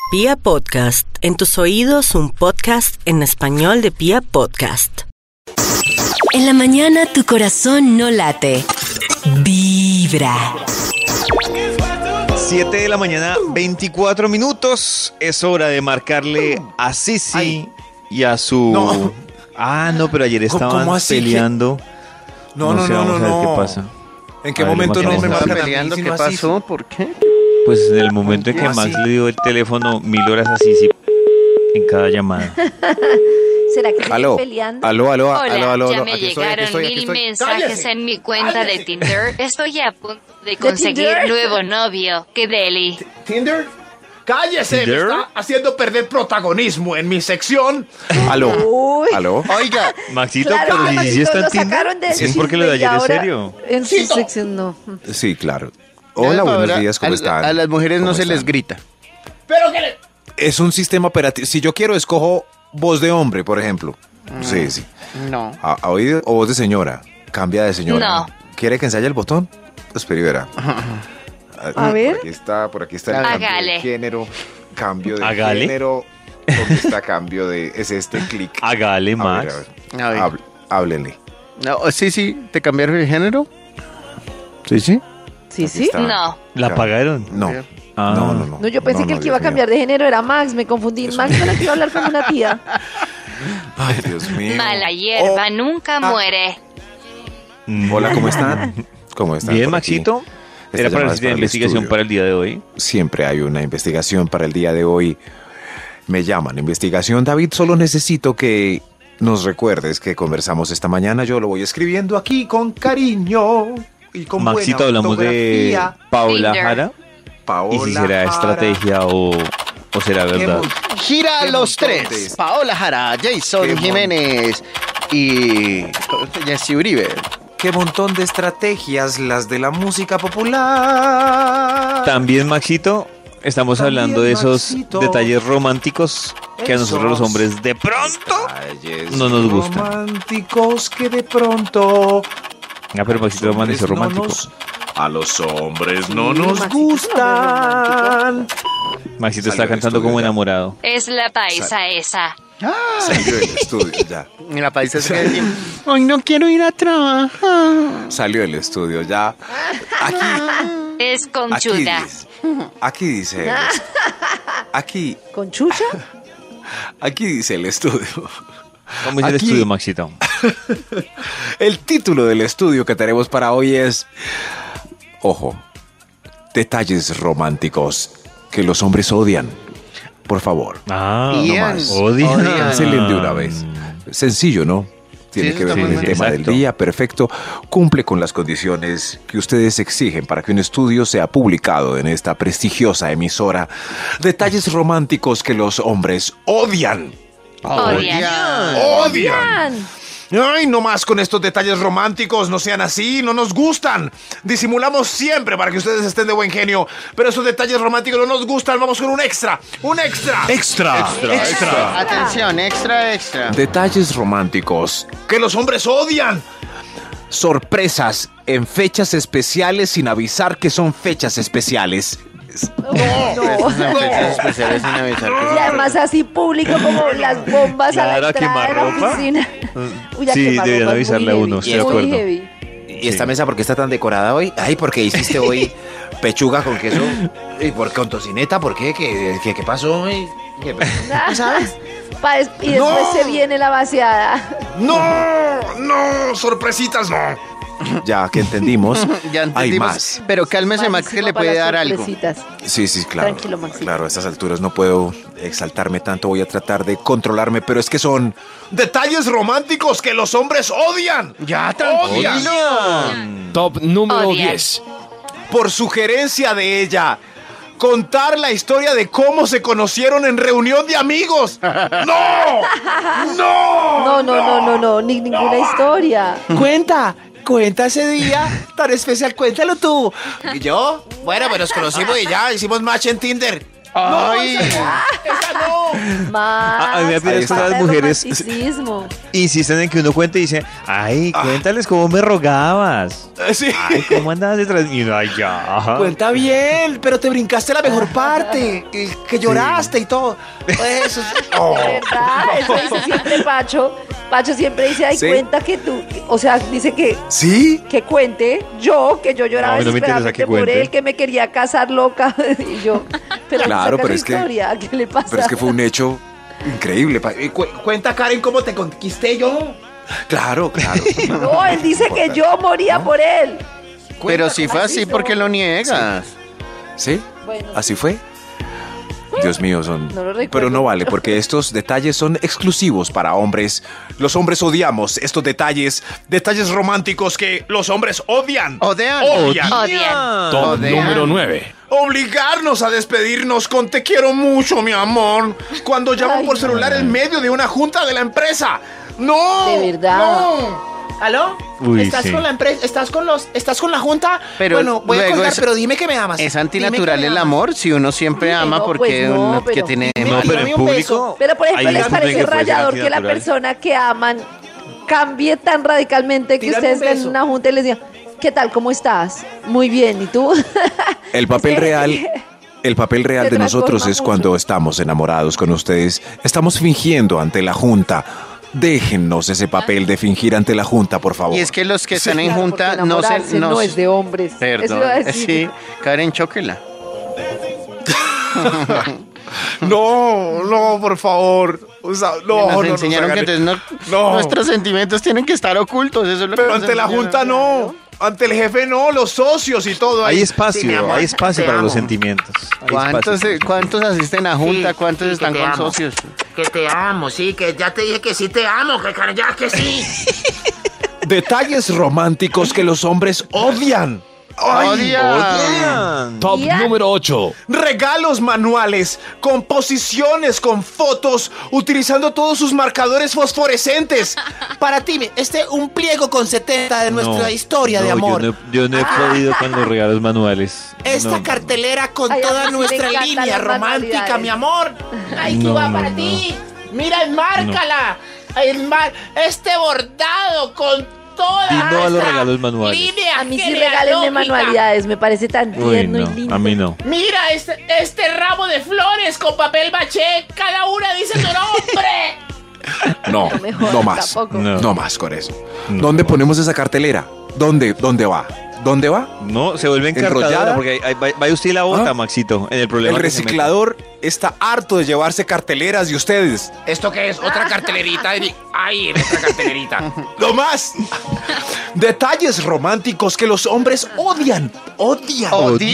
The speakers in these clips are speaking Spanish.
Pia Podcast, en tus oídos un podcast en español de Pia Podcast. En la mañana tu corazón no late, vibra. 7 de la mañana, 24 minutos. Es hora de marcarle a Sisi y a su... No. No, pero ayer estaban ¿Cómo así peleando. No. Vamos a ver qué pasa. ¿En qué A ver, momento no me marcamos marcan a a mí, peleando? sino ¿Qué así? pasó? ¿Por qué? Pues en el momento en que ¿Cómo Max así? le dio el teléfono 1000 horas a Sisi en cada llamada. ¿Será que Aló, siguen peleando? aló, Ya me aquí estoy, llegaron aquí estoy. 1000 mensajes ¡Cállese! en mi cuenta de Tinder. Estoy a punto de Tinder? conseguir nuevo novio. ¡Qué deli! ¿Tinder? ¡Cállese! ¿Tinder? Me está haciendo perder protagonismo en mi sección. Aló, Uy. aló. Oiga, Maxito, Claro, pero Maxito, Sisi está en lo Tinder. sacaron de Sí, es porque lo de chisme y ayer es ahora serio. En su sección no. Sí, claro. Hola, buenos días, ¿cómo están? A las mujeres no ¿Cómo se les están? grita. Pero que le... Es un sistema operativo. Si yo quiero, escojo voz de hombre, por ejemplo. Sí. No. A oído o voz de señora. Cambia de señora. No. ¿Quiere que ensaye el botón? Espera y verá. A ver. Por aquí está el cambio Hágale. de género. Cambio de Hágale. género. ¿Dónde está cambio de...? Es este clic. Hágale, A Max. ver. A ver. Háblenle. No, sí, ¿te cambiaron el género? Sí. Sí, Aquí sí. está. No. ¿La pagaron? No. Ah. No. No, yo pensé que el que iba a Dios cambiar de género era Max, me confundí. Max no le iba a hablar con una tía. mío. Ay, Dios mío. Mala hierba nunca muere. Hola, ¿cómo están? ¿Cómo están? Bien, por aquí? Maxito. Esta Era para llamada la es para el investigación estudio. para el día de hoy. Siempre hay una investigación para el día de hoy. Me llaman investigación. David, solo necesito que nos recuerdes que conversamos esta mañana. Yo lo voy escribiendo aquí con cariño y con Maxito, buena hablamos de ortografía. Paola Tinder. Jara. Paola ¿Y si será Jara. estrategia o será verdad? Gira Qué los montón tres. de- Paola Jara, Jason Qué Jiménez y Jesse Uribe. Qué montón de estrategias las de la música popular. También, Maxito, estamos También, hablando de esos Maxito. detalles románticos que a nosotros los Esos hombres de pronto... detalles no nos gustan. románticos que de pronto pero Maxito amaneció hombres no romántico. a los hombres no Sí, nos Maxito es un hombre gustan. Maxito Salió está del cantando estudio como ya. enamorado. Es la paisa esa. Salió del estudio ya. Y la paisa se queda así, hoy no quiero ir a trabajar. Salió del estudio ya. Es Aquí conchuda. dice. Aquí, ¿Con chucha? aquí dice el estudio. ¿Cómo es el Aquí- estudio, Maxito? El título del estudio que tenemos para hoy es, ojo, detalles románticos que los hombres odian. Por favor, Odian. más. Odian. cancelen de una vez. Sencillo, ¿no? Tiene Sí, que ver está con muy el bien. tema del Exacto. día, perfecto. Cumple con las condiciones que ustedes exigen para que un estudio sea publicado en esta prestigiosa emisora. Detalles románticos que los hombres odian. Odian. ¡Odian! Ay, no más con estos detalles románticos, no sean así, no nos gustan. Disimulamos siempre para que ustedes estén de buen genio, pero esos detalles románticos no nos gustan. Vamos con un extra, un extra. Extra. Atención, extra. Detalles románticos. Que los hombres odian. Sorpresas en fechas especiales sin avisar que son fechas especiales. No. Fechas especiales sin avisar que Y además así público como las bombas a Claro, la a entrada de la quemarropa. oficina. Uy, a Sí, quemarropa deberían es avisarle a muy uno, heavy, estoy de muy acuerdo. heavy. ¿Y esta mesa por qué está tan decorada hoy? Ay, porque hiciste hoy pechuga con queso. ¿Y por qué con tocineta? ¿Por qué? ¿Qué pasó hoy? ¿No sabes? Y después se viene la vaciada. No, sorpresitas no. Ya que entendimos, Ya hay entendimos. más. Pero cálmese, Max, que le puede dar algo. Sí, claro. Tranquilo, Maxito. Claro, a estas alturas no puedo exaltarme tanto. Voy a tratar de controlarme, pero es que son... Detalles románticos que los hombres odian. Ya, Odian. Top número Odian. 10. Por sugerencia de ella, contar la historia de cómo se conocieron en reunión de amigos. ¡No! No, ninguna historia. Cuenta ese día tan especial, cuéntalo tú. ¿Y yo? Bueno, pues nos conocimos y ya hicimos match en Tinder. Ay, ¡Esa no! Más. A mí me parece que falta las de mujeres romanticismo. insisten en que uno cuente y dice, ay, cuéntales cómo me rogabas. Sí. Ay, cómo andabas detrás de mí. Y uno, ay, ya. Cuenta bien, pero te brincaste la mejor parte, que lloraste y todo. Eso es- De verdad, eso dice siempre Pacho. Pacho siempre dice, ay, Sí. cuenta que tú, o sea, dice que ¿Sí? cuente que yo lloraba No, a mí no me interesa desesperadamente que por cuente. él, que me quería casar loca. Y yo, pero Claro, saca pero la es que- historia, ¿qué le pasa? Pero es que fue un hecho increíble. Cuenta, Karen, cómo te conquisté yo. Claro, claro. No, él dice que yo moría por él. pero si fue así, ¿por qué lo niegas? ¿Sí? Bueno, ¿Así fue? Dios mío, son... No lo recuerdo. Pero no vale, porque estos detalles son exclusivos para hombres. Los hombres odiamos estos detalles románticos que los hombres odian. Odian. Odian. Odian. Top Joder. número 9. Obligarnos a despedirnos con te quiero mucho, mi amor. Cuando llaman Ay, por celular en medio de una junta de la empresa. ¡No! De verdad. ¡No! ¿Aló? Uy, ¿Estás sí. con la empresa? ¿Estás con la junta? Pero bueno, voy a luego colgar, es- pero dime que me amas. Es Dime antinatural que me el amas. amor si uno siempre Dime, ama no, porque pues no, uno que pero- tiene... Dime, No, pero dame en un público. beso. Pero por ejemplo, ahí ¿les es donde parece que puede ser rayador que la antinatural. persona que aman cambie tan radicalmente que Tírame ustedes un ven beso. una junta y les digan, ¿qué tal? ¿Cómo estás? Muy bien, ¿y tú? El papel Es que- real... El papel real Se de nosotros transforma es cuando mucho. estamos enamorados con ustedes. Estamos fingiendo ante la junta. Déjennos ese papel de fingir ante la junta, por favor. Y es que los que están en Claro, junta porque no se... enamorarse no es de hombres. Eso Perdón. iba a decir. Sí, Karen, chóquela. No, por favor. O sea, no, Nos no, enseñaron que entonces No. nuestros sentimientos tienen que estar ocultos. Eso es lo que Pero nos ante la enseñaron. junta no. Ante el jefe no, los socios y todo. Hay ahí. espacio, hay espacio para los sentimientos. Hay espacio. ¿Cuántos asisten a junta? Sí, ¿Cuántos sí, que están te con amo. socios? Que te amo, sí, que ya te dije que sí te amo, que Karen, ya que sí. Detalles románticos que los hombres odian. ¡Ay! Odian. Top Ya. número 8. Regalos manuales, composiciones con fotos, utilizando todos sus marcadores fosforescentes. Para ti, un pliego con 70 de nuestra No, historia de no, amor. Yo no he podido con los regalos manuales. Esta No. cartelera con Ay, a toda mí sí me nuestra encantan línea las romántica, manualidades. mi amor. Ay, No, ¿qué va no, para no. ti? Mira, enmárcala. Este bordado con toda Y no a los esta regalos manuales. línea A mí sí genealógica. regálenme manualidades, me parece tan Uy, tierno no, y lindo. a mí no. Mira, este ramo de flores con papel maché, cada una dice tu nombre. No, No me jodas, no más. tampoco. No. No más con eso. No. ¿Dónde ponemos esa cartelera? ¿Dónde va? ¿Dónde va? No, se vuelve ¿Enrollada? encartada porque vaya usted y la bota, ¿Ah? Maxito, en el problema. El que se mete. reciclador está harto de llevarse carteleras de ustedes. ¿Esto qué es? ¿Otra cartelerita? Ay, otra cartelerita. ¡No más! Detalles románticos que los hombres odian. Odian.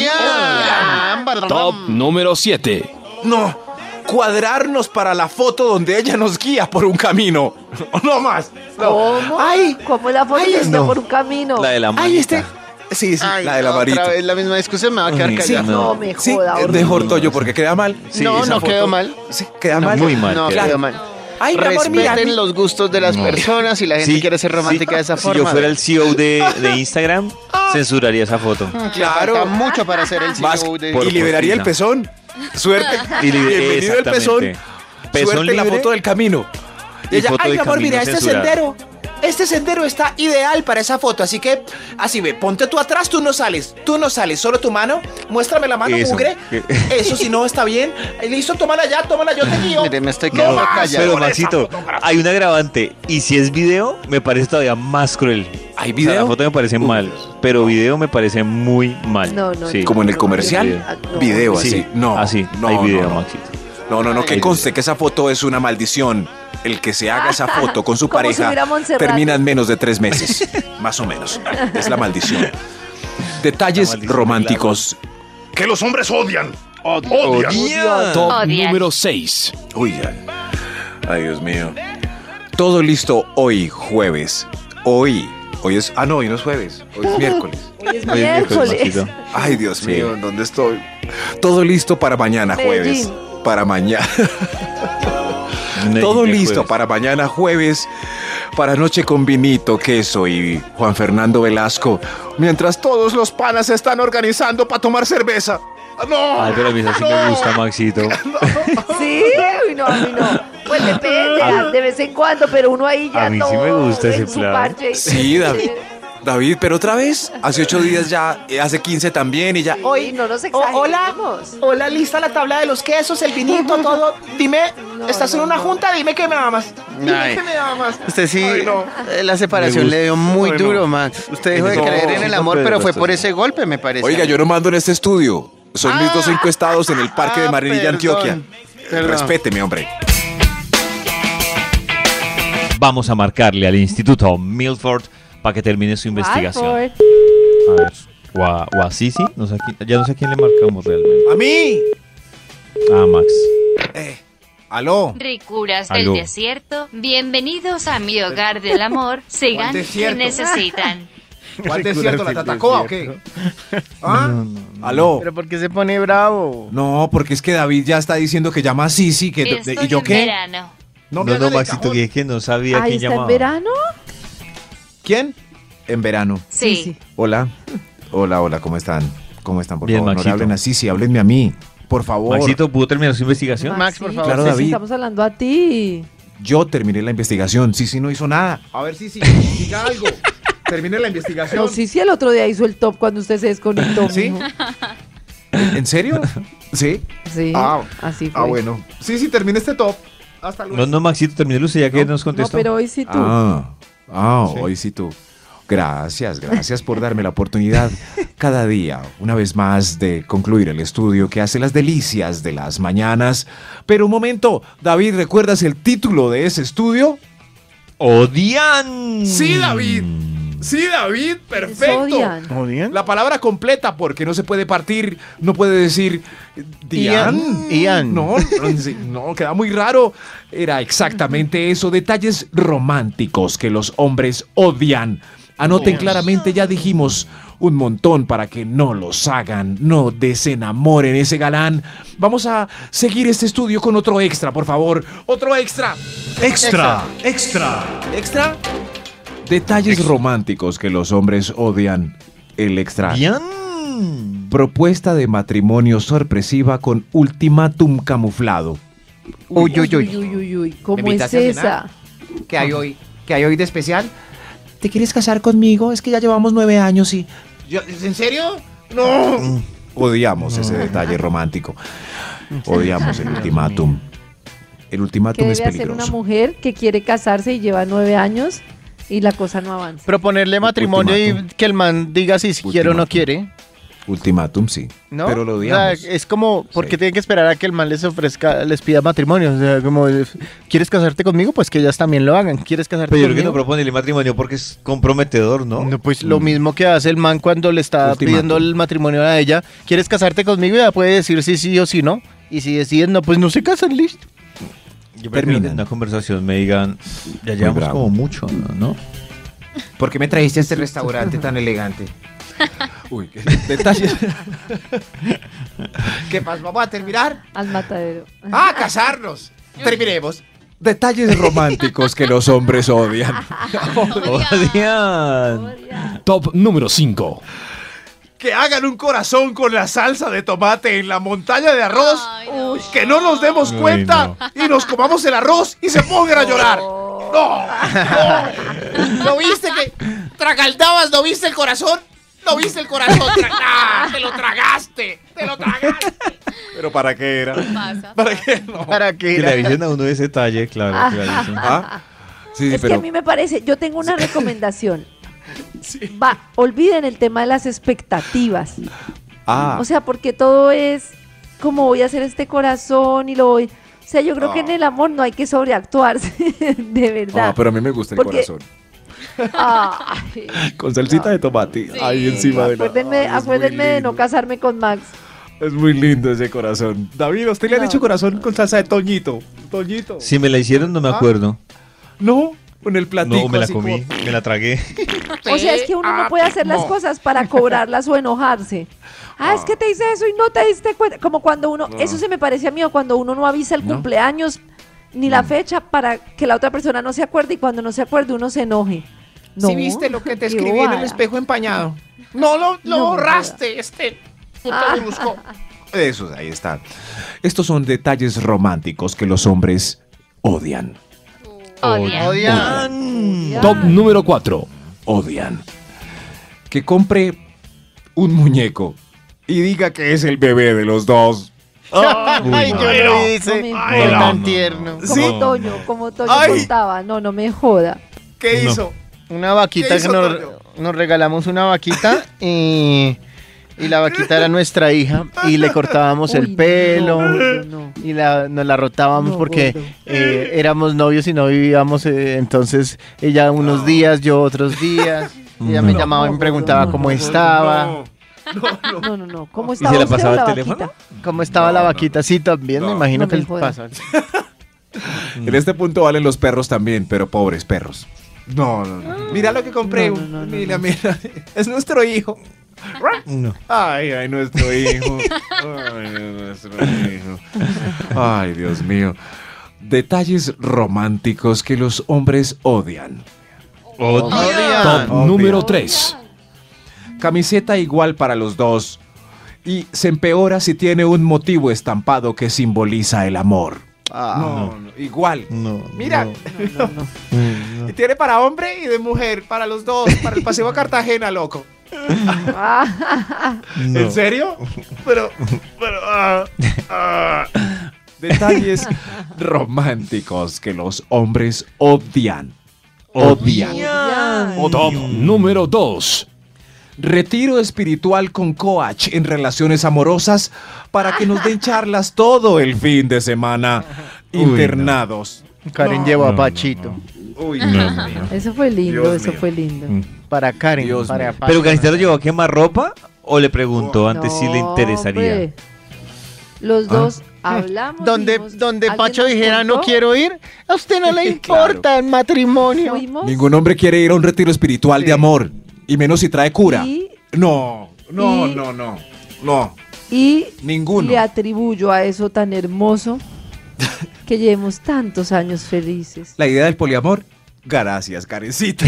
¡Odian! Top número 7. No. Cuadrarnos para la foto donde ella nos guía por un camino. No más. No. ¿Cómo? Ay, ¿Cómo es la foto ay, que está no. por un camino? La de la ay, manita. Sí, Ay, la de la otra varita. vez la misma discusión, me va a quedar Uy, callado. sí, No me Sí, joda, horrible. mejor Toyo porque queda mal. Sí, no, esa no foto- quedó mal. Sí, queda No, mal. muy mal. No, queda. quedó mal. Ay, mi amor, mira. Respeten los gustos de las personas y la gente Sí, quiere ser romántica sí. de esa Si forma. yo fuera el CEO de Instagram, censuraría esa foto. Claro. Falta mucho para ser el Más- CEO de... por y liberaría el cortina. pezón. Suerte. Bienvenido el pezón. Pezón Suerte la libre foto del camino. y foto Ay, de mi amor, camino mira, este censurada. sendero está ideal para esa foto, así que, así ve, ponte tú atrás, tú no sales, solo tu mano, muéstrame la mano, Eso. mugre, eso si no está bien, listo, tómala, yo te guío. Mire, me estoy No quedando más. callado. Pero Maxito, hay un agravante y si es video, me parece todavía más cruel. ¿Hay O sea, la video? foto me parece mal, pero video me parece muy mal. No, no, Sí. no. Como en el no, comercial. no, no. Video Sí. así. No. Así, no, hay video, no, no. Maxito. No, que Hay conste que esa foto es una maldición. El que se haga esa foto con su Como pareja subir a Montserrat. termina en menos de 3 meses. Más o menos. Es la maldición. Detalles La maldición románticos. que los hombres odian. Top Odian. número 6. Uy, ya. Ay, Dios mío. Todo listo hoy, jueves. Hoy es... Ah, no, hoy no es jueves. Hoy es miércoles. Hoy es Hoy es miércoles, miércoles. Maxito. Ay, Dios Sí. mío, ¿dónde estoy? Todo listo para mañana, jueves. Medellín. Para mañana. Todo listo para mañana jueves, para noche con vinito, queso y Juan Fernando Velasco, mientras todos los panas se están organizando para tomar cerveza. No. Ay, pero a mí eso sí me gusta, Maxito. Sí, uy, no, a mí no. Pues depende, de vez en cuando, pero uno ahí ya A mí no. sí me gusta ese en su plan. parche. Sí, David. David, pero otra vez, hace 8 días ya, hace 15 también y ya. Hoy no nos Hola, exageremos. hola, lista la tabla de los quesos, el vinito, todo. Dime, ¿estás en una junta? Dime que me amas. Dime Ay. que me amas. Usted sí, Ay, no. la separación le dio muy duro, Max. Usted dejó de No, creer en el no, amor, Pedro, pero fue esto por sí. ese golpe, me parece. Oiga, yo no mando en este estudio. Son mis dos encuestados en el Parque de Marinilla, Antioquia. Perdón. Respéteme, hombre. Vamos a marcarle al Instituto Milford para que termine su investigación. A Walford. ver. O a Sisi. No sé ya no sé a quién le marcamos realmente. A mí. Ah, Max. Aló. Ricuras Aló. del desierto, bienvenidos a mi hogar del amor. Sigan que desierto? necesitan. ¿Cuál desierto? ¿La Tatacoa o qué? ¿Ah? Aló. Pero ¿por qué se pone bravo? No, porque es que David ya está diciendo que llama a Sisi. Estoy ¿Y yo en qué? verano. No, No, hágale Maxito, cajón. que no sabía Ahí quién está llamaba. en verano. ¿Quién? En verano. Sí. Hola. Hola, ¿cómo están? ¿Cómo están? Por Bien, favor, no le Maxito. hablen a Sisi, háblenme a mí. Por favor. Maxito, ¿pudo terminar su investigación? Max, por favor. Claro, pues David. Estamos hablando a ti. Yo terminé la investigación. Sisi no hizo nada. A ver, sí, diga algo. Termine la investigación. No, sí, el otro día hizo el top cuando usted se desconectó. ¿Sí? mijo. ¿En serio? ¿Sí? Sí, Ah, así fue. Ah, bueno. Sí, termine este top. Hasta luego. No, Maxito, termine usted ya que nos No, contestó. pero hoy sí tú. Sí. Hoy sí tú. Gracias por darme la oportunidad cada día, una vez más, de concluir el estudio que hace las delicias de las mañanas. Pero un momento, David, ¿recuerdas el título de ese estudio? ¡Odian! Sí, David. Sí, David, perfecto. Odian. ¿Odian? La palabra completa, porque no se puede partir, no puede decir Dian. Ian. No, queda muy raro. Era exactamente eso, detalles románticos que los hombres odian. Anoten claramente, ya dijimos un montón para que no los hagan, no desenamoren ese galán. Vamos a seguir este estudio con otro extra, por favor. Otro extra. Extra. ¿Extra? Detalles románticos que los hombres odian. El extra. ¡Bien! Propuesta de matrimonio sorpresiva con ultimátum camuflado. Uy. Uy. ¿Cómo ¿Me es invitaste a esa? cenar? ¿Qué hay hoy? ¿Qué hay hoy de especial? ¿Te quieres casar conmigo? Es que ya llevamos 9 años y... ¿En serio? No. Odiamos ese detalle romántico. Odiamos el ultimátum. El ¿Qué ultimátum es debe hacer una peligroso. mujer que quiere casarse y lleva 9 años y la cosa no avanza? Proponerle matrimonio Ultimátum. y que el man diga si quiere o no Ultimátum. quiere. Ultimátum, sí. ¿No? Pero lo O sea, odiamos. es como, ¿por qué Sí. tienen que esperar a que el man les ofrezca, les pida matrimonio? O sea, como, ¿quieres casarte conmigo? Pues que ellas también lo hagan. ¿Quieres casarte Pero yo creo que conmigo? no propone el matrimonio porque es comprometedor, ¿no? No, pues lo mismo que hace el man cuando le está Ultimátum. pidiendo el matrimonio a ella. ¿Quieres casarte conmigo? Ya puede decir sí o sí no. Y si deciden no, pues no se casan, listo. Yo prefiero que en Terminan. una conversación me digan, ya llevamos bravo. como mucho, ¿no? ¿Por qué me trajiste a este restaurante tan elegante? Uy, qué detalles. ¿Qué pasa? ¿Vamos a terminar? Al matadero. ¡Ah, casarnos! Terminemos. Detalles románticos que los hombres odian. ¡Odian! Top número 5. Que hagan un corazón con la salsa de tomate en la montaña de arroz. Que no nos demos Ay, cuenta y nos comamos el arroz y se pongan a llorar. No. ¿No viste que tragaldabas? ¿No viste el corazón? ¿No viste el corazón? ¡Ah, te lo tragaste! ¡Te lo tragaste! ¿Pero para qué era? ¿Para qué no? ¿Para qué? Que le avisen a uno de ese talle, claro. clarísimo. ¿Ah? Sí, Es que a mí me parece, yo tengo una recomendación. Olviden el tema de las expectativas. Ah, O sea, porque todo es como voy a hacer este corazón y lo voy. O sea, yo creo que en el amor no hay que sobreactuarse, de verdad. pero a mí me gusta el Porque- corazón. Ay, Con salsita de tomate. Ahí encima de la... acuérdenme, Ay, es muy acuérdenme de no lindo. casarme con Max. Es muy lindo ese corazón. David, ¿a usted le han No. hecho corazón con salsa de toñito? Toñito. Si me la hicieron, no me acuerdo. No, con el platico. No, me la así comí, como- me la tragué. O sea, es que uno no puede hacer las cosas para cobrarlas o enojarse. Es que te hice eso y no te diste cuenta. Como cuando uno, eso se me parece a mí, o cuando uno no avisa el cumpleaños ni la fecha para que la otra persona no se acuerde y cuando no se acuerde uno se enoje. No, ¿Sí viste lo que te qué escribí en el bobada. espejo empañado? No lo No, borraste, este puto brusco. Esos, ahí están. Estos son detalles románticos que los hombres odian. Odian. Top número 4. Odian. Que compre un muñeco y diga que es el bebé de los dos. Ay, yo lo hice. No me Fue joda. tan tierno. Como Toño Ay. contaba. No me joda. ¿Qué hizo? Una vaquita ¿Qué que hizo Toño? nos regalamos una vaquita y la vaquita era nuestra hija y le cortábamos Uy, el pelo no. y nos la rotábamos No, porque gordo. éramos novios y no vivíamos, entonces ella unos días, yo otros días. Ella me llamaba y me preguntaba cómo estaba, No. ¿Cómo ¿Y estaba se le usted pasaba o la el teléfono? vaquita? cómo estaba la vaquita. Sí, también me imagino No que me le jodas. pasa. En este punto valen los perros también, pero pobres perros. No. Mira lo que compré. No. Mira. Es nuestro hijo. No. Ay, nuestro hijo. Ay, nuestro hijo. Ay, Dios mío. Detalles románticos que los hombres odian. Top Obvio. número 3. Camiseta igual para los dos. Y se empeora si tiene un motivo estampado que simboliza el amor. No, igual. Mira, y tiene para hombre y de mujer, para los dos, para el paseo a Cartagena, loco. ¿En serio? Pero, Detalles románticos que los hombres odian. Odian. Top número 2. Retiro espiritual con coach en relaciones amorosas para que nos den charlas todo el fin de semana. Internados. Karen llevó a Pachito. Uy, Dios mío. Eso fue lindo, Dios eso mío. fue lindo. Para Karen, Dios para mío. Pacho. ¿Pero Canistero llevó a quemar ropa o le preguntó antes si le No, interesaría? hombre. Los dos hablamos. Donde ¿alguien Pacho nos dijera no contó? quiero ir, a usted no le importa el matrimonio. Fuimos Ningún hombre quiere ir a un retiro espiritual de amor. Y menos si trae cura. y No. Ninguno. le atribuyo a eso tan hermoso que llevemos tantos años felices. La idea del poliamor. Gracias, Karencita.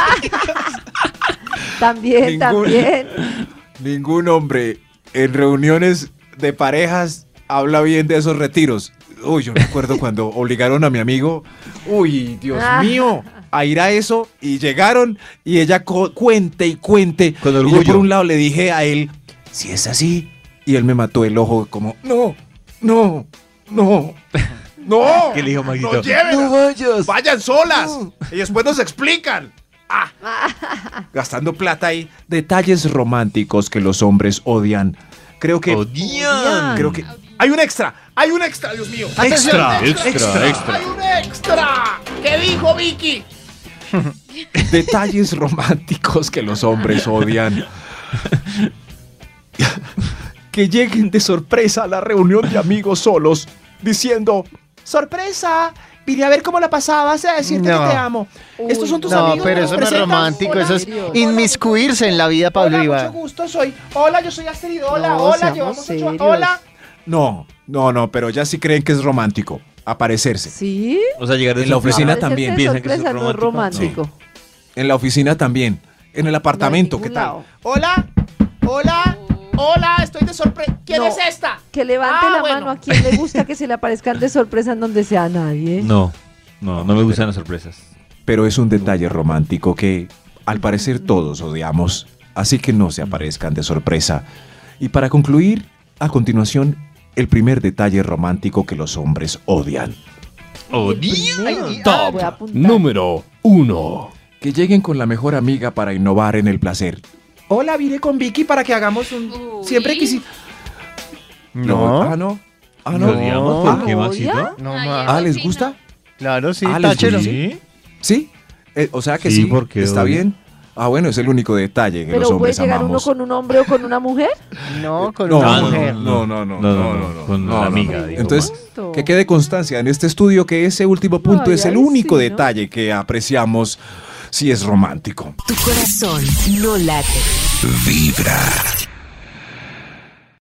También. Ningún hombre en reuniones de parejas habla bien de esos retiros. Uy, yo me acuerdo cuando obligaron a mi amigo, uy, Dios mío, a ir a eso y llegaron y ella cuente y cuente. Con Y yo orgullo. por un lado le dije a él, si es así, y él me mató el ojo como, no. ¿Qué le dijo Maguito? no lleven. ¡No vayas! Vayan solas. Y después nos explican. Gastando plata ahí. Detalles románticos que los hombres odian. Creo que... ¡Odian! Creo que... Hay un extra, Dios mío. Extra. Hay un extra. ¿Qué dijo Vicky? Detalles románticos que los hombres odian. Que lleguen de sorpresa a la reunión de amigos solos, diciendo, sorpresa, vine a ver cómo la pasabas, a decirte No. que te amo. Estos son tus No, amigos. pero ¿me eso los no es presentas? romántico, Hola. eso es Dios. inmiscuirse en la vida, Pablo Hola, Iba. mucho gusto, hola, yo soy Astrid, No, seamos llevamos 8 serios. hola. No, pero ya sí creen que es romántico, aparecerse. ¿Sí? O sea, llegar de En la sorpresa. oficina Aparecerse también. de ¿Piensan que eso es sorpresa no es romántico? romántico. En la oficina también, en el apartamento, No, ¿qué en tal? ningún lado. Hola, estoy de sorpresa. ¿Quién No. es esta? Que levante la bueno. mano a quien le gusta que se le aparezcan de sorpresa en donde sea nadie. No me gustan las sorpresas. Pero es un detalle romántico que, al parecer, todos odiamos, así que no se aparezcan de sorpresa. Y para concluir, a continuación, el primer detalle romántico que los hombres odian. ¡Odian! Top Voy a apuntar. número 1. Que lleguen con la mejor amiga para innovar en el placer. Hola, vine con Vicky para que hagamos un... Siempre quisí... No, No. ¿Lo odiamos? ¿Por qué, Maxito? no Ay, más. Ah, ¿les gusta? Claro, sí, Ah, ¿les táchelo. gusta? ¿Sí? O sea que Sí, sí, porque está odio. bien. Ah, bueno, es el único detalle que los ¿Pero puede hombres llegar amamos. uno con un hombre o con una mujer? No, con No, una no, mujer. Con la amiga, digo. Entonces, Exacto. que quede constancia en este estudio que ese último punto Ay, es el ay, único sí, ¿no? detalle que apreciamos si es romántico. Tu corazón no late. Vibra.